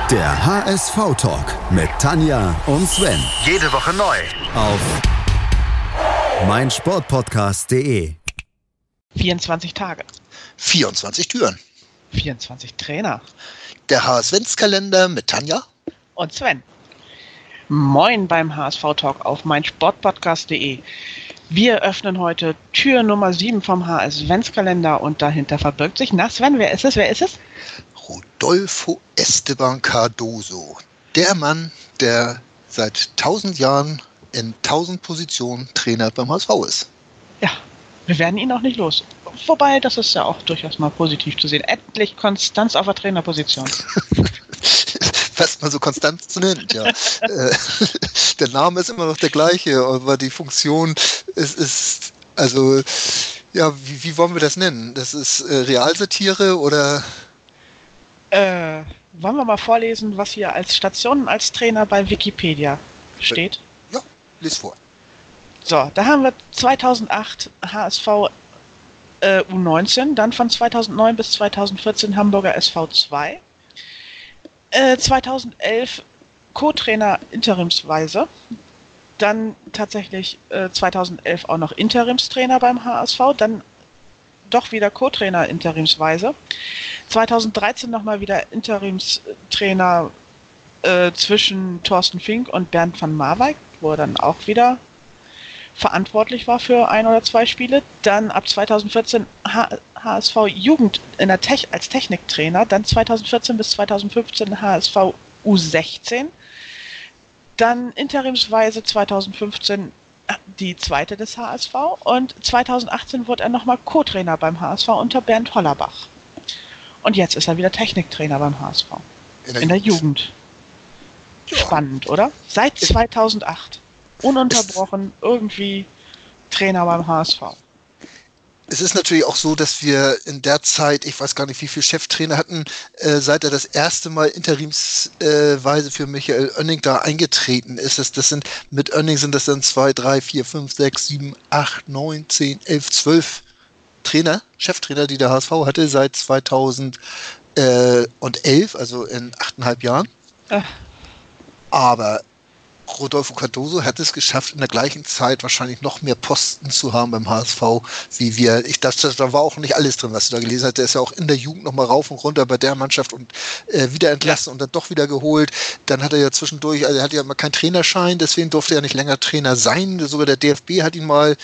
Der HSV-Talk mit Tanja und Sven. Jede Woche neu. Auf meinsportpodcast.de. 24 Tage. 24 Türen. 24 Trainer. Der HSV-Kalender mit Tanja und Sven. Moin beim HSV-Talk auf meinsportpodcast.de. Wir öffnen heute Tür Nummer 7 vom HSV-Kalender und dahinter verbirgt sich, na Sven, wer ist es? Rodolfo Esteban Cardoso. Der Mann, der seit 1000 Jahren in 1000 Positionen Trainer beim HSV ist. Ja, wir werden ihn auch nicht los. Wobei, das ist ja auch durchaus mal positiv zu sehen. Endlich Konstanz auf der Trainerposition. Was man so konstant zu nennt, ja. Der Name ist immer noch der gleiche, aber die Funktion ist also, ja, wie wollen wir das nennen? Das ist Realsatire oder? Wollen wir mal vorlesen, was hier als Stationen als Trainer bei Wikipedia steht? Ja, lies vor. So, da haben wir 2008 HSV U19, dann von 2009 bis 2014 Hamburger SV 2, 2011 Co-Trainer interimsweise, dann tatsächlich 2011 auch noch Interimstrainer beim HSV, dann doch wieder Co-Trainer interimsweise, 2013 nochmal wieder Interimstrainer zwischen Thorsten Fink und Bernd van Marwijk, wo er dann auch wieder verantwortlich war für 1 oder 2 Spiele. Dann ab 2014 HSV Jugend als Techniktrainer. Dann 2014 bis 2015 HSV U16. Dann interimsweise 2015 die zweite des HSV. Und 2018 wurde er nochmal Co-Trainer beim HSV unter Bernd Hollerbach. Und jetzt ist er wieder Techniktrainer beim HSV. In der Jugend. Ja. Spannend, oder? Seit 2008. Ununterbrochen irgendwie Trainer beim HSV. Es ist natürlich auch so, dass wir in der Zeit, ich weiß gar nicht, wie viele Cheftrainer hatten, seit er das erste Mal interimsweise für Michael Oenning da eingetreten ist. Das sind mit Oenning sind das dann 2, 3, 4, 5, 6, 7, 8, 9, 10, 11, 12 Trainer, Cheftrainer, die der HSV hatte seit 2011, also in 8,5 Jahren. Aber Rodolfo Cardoso hat es geschafft, in der gleichen Zeit wahrscheinlich noch mehr Posten zu haben beim HSV, wie wir. Da war auch nicht alles drin, was du da gelesen hast. Der ist ja auch in der Jugend nochmal rauf und runter bei der Mannschaft und wieder entlassen und dann doch wieder geholt. Dann hat er ja zwischendurch, also er hatte ja mal keinen Trainerschein, deswegen durfte er nicht länger Trainer sein. Sogar der DFB hat ihn mal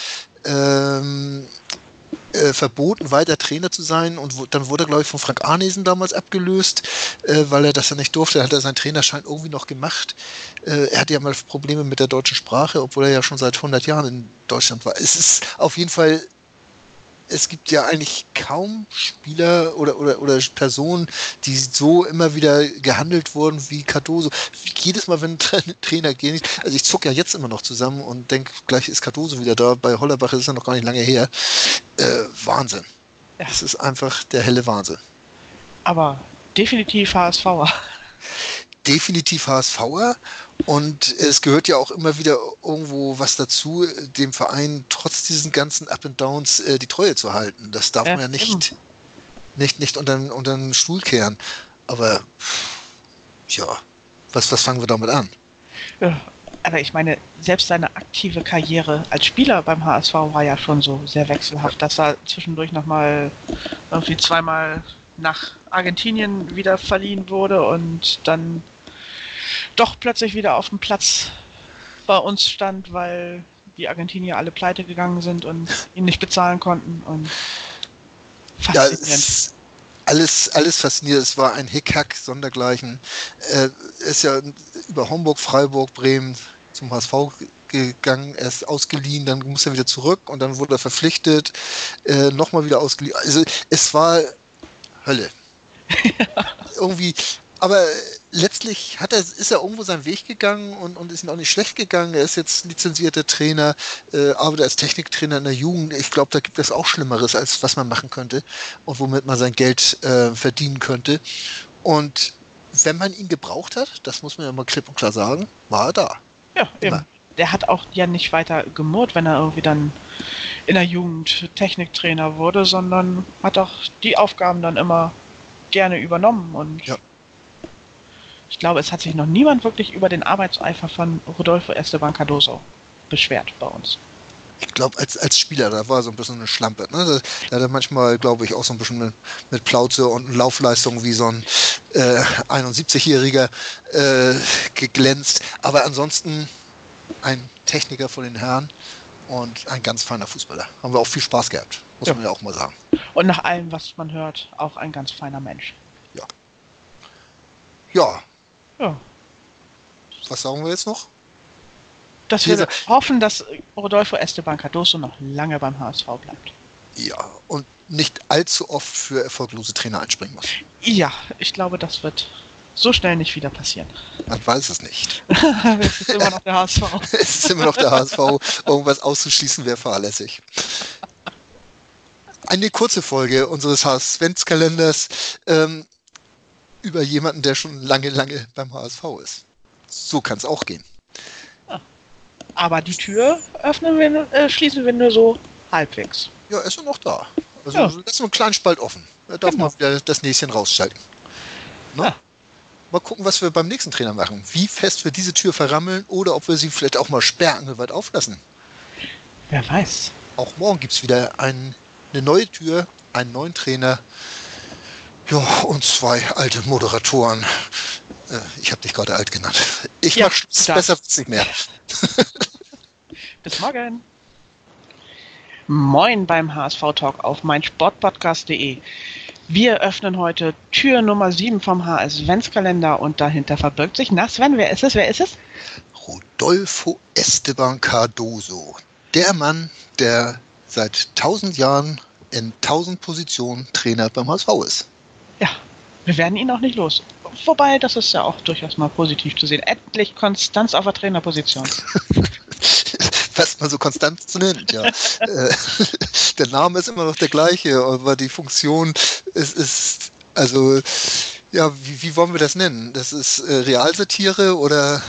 verboten, weiter Trainer zu sein und dann wurde er, glaube ich, von Frank Arnesen damals abgelöst, weil er das ja nicht durfte. Da hat er seinen Trainerschein irgendwie noch gemacht. Er hatte ja mal Probleme mit der deutschen Sprache, obwohl er ja schon seit 100 Jahren in Deutschland war. Es ist auf jeden Fall, es gibt ja eigentlich kaum Spieler oder Personen, die so immer wieder gehandelt wurden wie Cardoso. Jedes Mal, wenn ein Trainer geht, also ich zucke ja jetzt immer noch zusammen und denke, gleich ist Cardoso wieder da. Bei Hollerbach ist er noch gar nicht lange her. Wahnsinn. Ja. Es ist einfach der helle Wahnsinn. Aber definitiv HSVer. Definitiv HSVer. Und es gehört ja auch immer wieder irgendwo was dazu, dem Verein trotz diesen ganzen Up and Downs die Treue zu halten. Das darf man ja nicht unter den Stuhl kehren. Aber ja, was fangen wir damit an? Ja, aber ich meine, selbst seine aktive Karriere als Spieler beim HSV war ja schon so sehr wechselhaft, dass er zwischendurch nochmal irgendwie 2-mal nach Argentinien wieder verliehen wurde und dann doch plötzlich wieder auf dem Platz bei uns stand, weil die Argentinier alle pleite gegangen sind und ihn nicht bezahlen konnten. Und faszinierend. Ja, alles faszinierend. Es war ein Hickhack sondergleichen. Ist ja über Homburg, Freiburg, Bremen zum HSV gegangen, er ist ausgeliehen, dann muss er wieder zurück und dann wurde er verpflichtet, nochmal wieder ausgeliehen. Also es war Hölle. Irgendwie, aber letztlich ist er irgendwo seinen Weg gegangen und ist ihm auch nicht schlecht gegangen. Er ist jetzt lizenzierter Trainer, arbeitet als Techniktrainer in der Jugend. Ich glaube, da gibt es auch Schlimmeres, als was man machen könnte und womit man sein Geld verdienen könnte. Und wenn man ihn gebraucht hat, das muss man ja mal klipp und klar sagen, war er da. Ja, eben. Der hat auch ja nicht weiter gemurrt, wenn er irgendwie dann in der Jugend Techniktrainer wurde, sondern hat auch die Aufgaben dann immer gerne übernommen und Ich glaube, es hat sich noch niemand wirklich über den Arbeitseifer von Rodolfo Esteban Cardoso beschwert bei uns. Ich glaube, als Spieler, da war er so ein bisschen eine Schlampe. Ne? Da hat er manchmal, glaube ich, auch so ein bisschen mit Plauze und Laufleistung wie so ein 71-Jähriger geglänzt. Aber ansonsten ein Techniker von den Herren und ein ganz feiner Fußballer. Haben wir auch viel Spaß gehabt, muss man ja auch mal sagen. Und nach allem, was man hört, auch ein ganz feiner Mensch. Ja. Ja. Ja. Was sagen wir jetzt noch? Dass wir hoffen, dass Rodolfo Esteban Cardoso noch lange beim HSV bleibt. Ja, und nicht allzu oft für erfolglose Trainer einspringen muss. Ja, ich glaube, das wird so schnell nicht wieder passieren. Man weiß es nicht. Es ist immer noch der HSV. Es ist immer noch der HSV. Irgendwas auszuschließen wäre fahrlässig. Eine kurze Folge unseres HSV-Kalenders über jemanden, der schon lange beim HSV ist. So kann es auch gehen. Aber die Tür schließen wir nur so halbwegs. Ja, ist er noch da. Also das ist nur ein kleinen Spalt offen. Da darf man wieder das Näschen rausschalten. Ne? Ja. Mal gucken, was wir beim nächsten Trainer machen. Wie fest wir diese Tür verrammeln oder ob wir sie vielleicht auch mal sperrangelweit auflassen. Wer weiß. Auch morgen gibt es wieder eine neue Tür, einen neuen Trainer. Ja, und 2 alte Moderatoren. Ich habe dich gerade alt genannt. Ich mach Schluss, besser wird's nicht mehr. Bis morgen. Moin beim HSV-Talk auf meinsportpodcast.de. Wir öffnen heute Tür Nummer 7 vom HSV-Kalender und dahinter verbirgt sich, na Sven, wer ist es? Rodolfo Esteban Cardoso. Der Mann, der seit 1000 Jahren in 1000 Positionen Trainer beim HSV ist. Ja, wir werden ihn auch nicht los. Wobei, das ist ja auch durchaus mal positiv zu sehen. Endlich Konstanz auf der Trainerposition. Fast mal so konstant zu nennen, ja. Der Name ist immer noch der gleiche, aber die Funktion ist also, ja, wie wollen wir das nennen? Das ist Realsatire oder?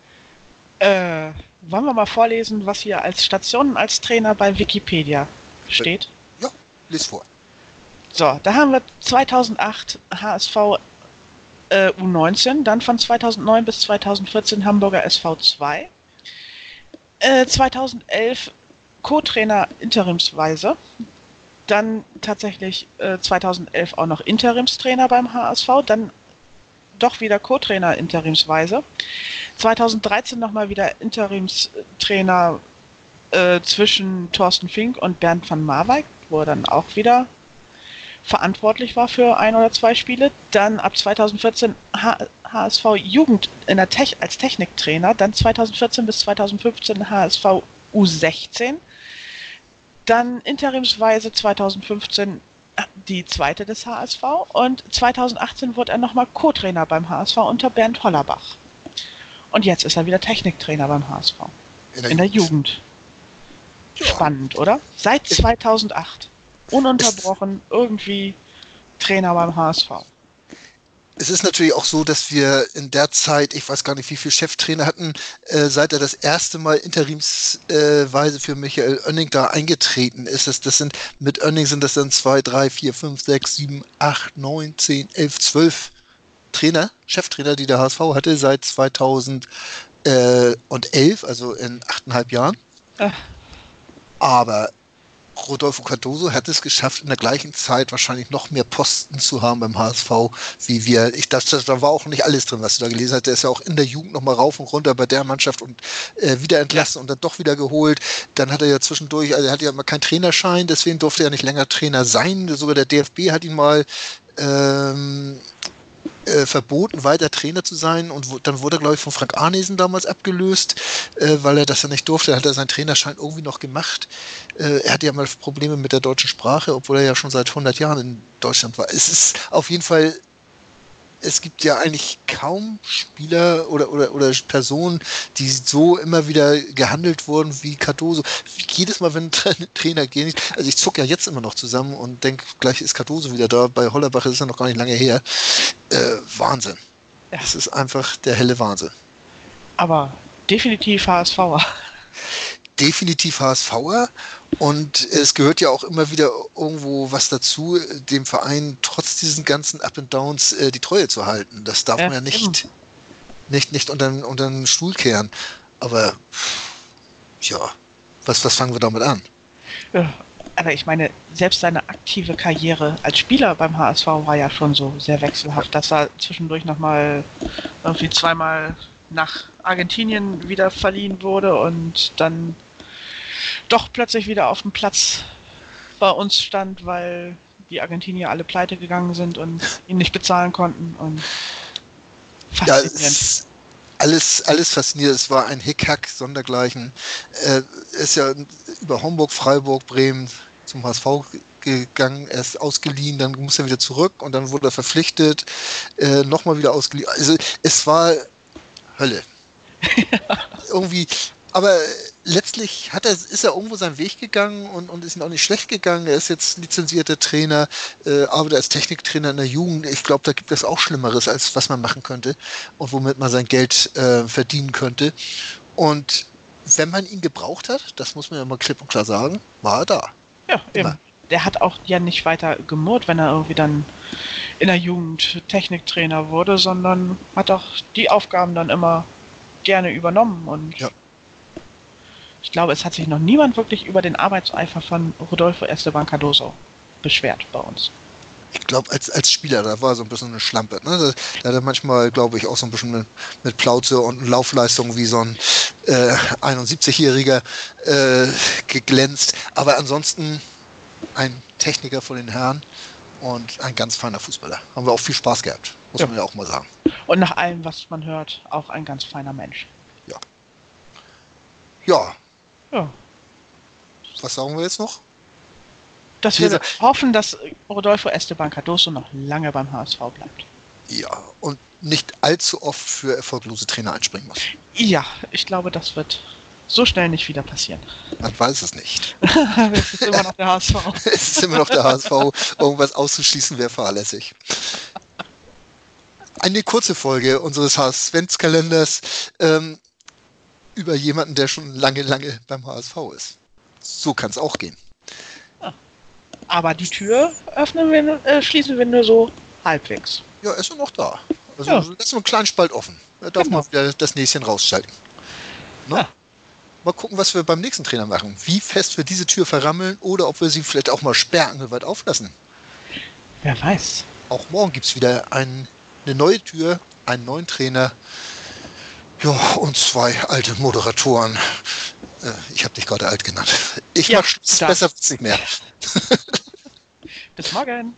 Wollen wir mal vorlesen, was hier als Stationen als Trainer bei Wikipedia steht? Ja, lies vor. So, da haben wir 2008 HSV U19, dann von 2009 bis 2014 Hamburger SV 2, 2011 Co-Trainer interimsweise, dann tatsächlich 2011 auch noch Interimstrainer beim HSV, dann doch wieder Co-Trainer interimsweise, 2013 nochmal wieder Interimstrainer zwischen Thorsten Fink und Bernd van Marwijk, wo er dann auch wieder verantwortlich war für 1 oder 2 Spiele, dann ab 2014 HSV Jugend als Techniktrainer, dann 2014 bis 2015 HSV U16, dann interimsweise 2015 die zweite des HSV und 2018 wurde er nochmal Co-Trainer beim HSV unter Bernd Hollerbach. Und jetzt ist er wieder Techniktrainer beim HSV. In der Jugend. Ja. Spannend, oder? Seit 2008. Ununterbrochen irgendwie Trainer beim HSV. Es ist natürlich auch so, dass wir in der Zeit, ich weiß gar nicht, wie viele Cheftrainer hatten, seit er das erste Mal interimsweise für Michael Oenning da eingetreten ist. Das sind mit Oenning sind das dann 2, 3, 4, 5, 6, 7, 8, 9, 10, 11, 12 Trainer, Cheftrainer, die der HSV hatte seit 2011, also in 8,5 Jahren. Aber Rodolfo Cardoso hat es geschafft, in der gleichen Zeit wahrscheinlich noch mehr Posten zu haben beim HSV, wie wir. Ich dachte, da war auch nicht alles drin, was du da gelesen hast. Der ist ja auch in der Jugend nochmal rauf und runter bei der Mannschaft und wieder entlassen und dann doch wieder geholt. Dann hat er ja zwischendurch, also er hatte ja mal keinen Trainerschein, deswegen durfte er nicht länger Trainer sein. Sogar der DFB hat ihn mal verboten, weiter Trainer zu sein und dann wurde er, glaube ich, von Frank Arnesen damals abgelöst, weil er das ja nicht durfte. Da hat er seinen Trainerschein irgendwie noch gemacht. Er hatte ja mal Probleme mit der deutschen Sprache, obwohl er ja schon seit 100 Jahren in Deutschland war. Es ist auf jeden Fall, es gibt ja eigentlich kaum Spieler oder Personen, die so immer wieder gehandelt wurden wie Cardoso. Jedes Mal, wenn ein Trainer geht, also ich zucke ja jetzt immer noch zusammen und denke, gleich ist Cardoso wieder da. Bei Hollerbach ist er noch gar nicht lange her. Wahnsinn. Ja. Es ist einfach der helle Wahnsinn. Aber definitiv HSVer. Definitiv HSVer. Und es gehört ja auch immer wieder irgendwo was dazu, dem Verein trotz diesen ganzen Up and Downs die Treue zu halten. Das darf man ja nicht nicht unter den Stuhl kehren. Aber ja, was fangen wir damit an? Ja, aber ich meine, selbst seine aktive Karriere als Spieler beim HSV war ja schon so sehr wechselhaft, dass er zwischendurch nochmal irgendwie zweimal nach Argentinien wieder verliehen wurde und dann doch plötzlich wieder auf dem Platz bei uns stand, weil die Argentinier alle pleite gegangen sind und ihn nicht bezahlen konnten. Und faszinierend. Ja, alles faszinierend. Es war ein Hickhack sondergleichen. Ist ja über Homburg, Freiburg, Bremen zum HSV gegangen, er ist ausgeliehen, dann muss er wieder zurück und dann wurde er verpflichtet, nochmal wieder ausgeliehen. Also es war Hölle. Irgendwie, aber letztlich ist er irgendwo seinen Weg gegangen und ist ihm auch nicht schlecht gegangen. Er ist jetzt lizenzierter Trainer, arbeitet als Techniktrainer in der Jugend. Ich glaube, da gibt es auch Schlimmeres, als was man machen könnte und womit man sein Geld verdienen könnte. Und wenn man ihn gebraucht hat, das muss man ja mal klipp und klar sagen, war er da. Ja, eben. Der hat auch ja nicht weiter gemurrt, wenn er irgendwie dann in der Jugend Techniktrainer wurde, sondern hat auch die Aufgaben dann immer gerne übernommen. Und ja. Ich glaube, es hat sich noch niemand wirklich über den Arbeitseifer von Rodolfo Esteban Cardoso beschwert bei uns. Ich glaube, als Spieler, da war so ein bisschen eine Schlampe. Ne? Da hat er manchmal, glaube ich, auch so ein bisschen mit Plauze und Laufleistung wie so ein 71-Jähriger geglänzt. Aber ansonsten ein Techniker von den Herren und ein ganz feiner Fußballer. Haben wir auch viel Spaß gehabt, muss man ja auch mal sagen. Und nach allem, was man hört, auch ein ganz feiner Mensch. Ja. Ja. Ja. Was sagen wir jetzt noch? Dass wir hoffen, dass Rodolfo Esteban Cardoso noch lange beim HSV bleibt. Ja, und nicht allzu oft für erfolglose Trainer einspringen muss. Ja, ich glaube, das wird so schnell nicht wieder passieren. Man weiß es nicht. Es ist immer noch der HSV. Es ist immer noch der HSV. Irgendwas auszuschließen wäre fahrlässig. Eine kurze Folge unseres HSV-Kalenders über jemanden, der schon lange beim HSV ist. So kann es auch gehen. Aber die Tür schließen wir nur so halbwegs. Ja, ist er noch da. Also lassen wir einen kleinen Spalt offen. Da darf man wieder das Näschen rausschalten. Ne? Ja. Mal gucken, was wir beim nächsten Trainer machen. Wie fest wir diese Tür verrammeln oder ob wir sie vielleicht auch mal sperrangelweit auflassen. Wer weiß. Auch morgen gibt es wieder eine neue Tür, einen neuen Trainer. Ja, und 2 alte Moderatoren. Ich habe dich gerade alt genannt. Ich mach Schluss, besser wird's nicht mehr. Bis morgen.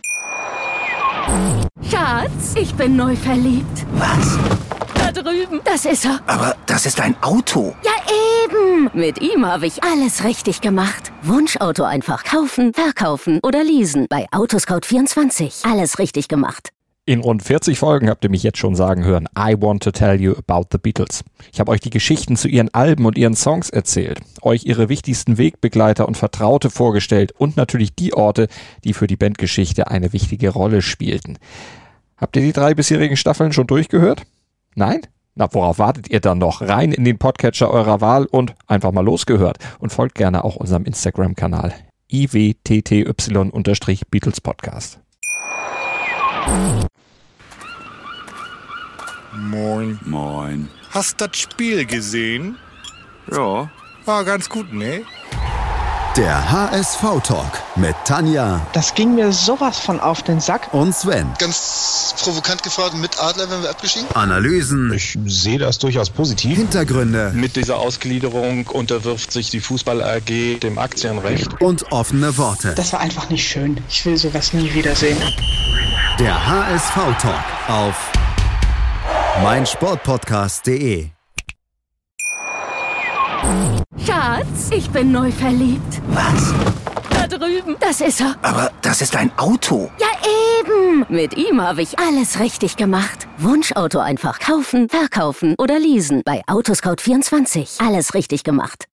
Schatz, ich bin neu verliebt. Was? Da drüben. Das ist er. Aber das ist ein Auto. Ja, eben. Mit ihm habe ich alles richtig gemacht. Wunschauto einfach kaufen, verkaufen oder leasen. Bei Autoscout24. Alles richtig gemacht. In rund 40 Folgen habt ihr mich jetzt schon sagen hören, I want to tell you about the Beatles. Ich habe euch die Geschichten zu ihren Alben und ihren Songs erzählt, euch ihre wichtigsten Wegbegleiter und Vertraute vorgestellt und natürlich die Orte, die für die Bandgeschichte eine wichtige Rolle spielten. Habt ihr die 3 bisherigen Staffeln schon durchgehört? Nein? Na, worauf wartet ihr dann noch? Rein in den Podcatcher eurer Wahl und einfach mal losgehört. Und folgt gerne auch unserem Instagram-Kanal iwtty_Beatles Podcast. Moin. Moin. Hast das Spiel gesehen? Ja. War ganz gut, ne? Der HSV-Talk mit Tanja. Das ging mir sowas von auf den Sack. Und Sven. Ganz provokant gefragt, mit Adler werden wir abgestiegen? Analysen. Ich sehe das durchaus positiv. Hintergründe. Mit dieser Ausgliederung unterwirft sich die Fußball AG dem Aktienrecht. Und offene Worte. Das war einfach nicht schön. Ich will sowas nie wiedersehen. Der HSV-Talk auf meinsportpodcast.de. Schatz, ich bin neu verliebt. Was? Da drüben. Das ist er. Aber das ist ein Auto. Ja, eben. Mit ihm habe ich alles richtig gemacht. Wunschauto einfach kaufen, verkaufen oder leasen. Bei Autoscout24. Alles richtig gemacht.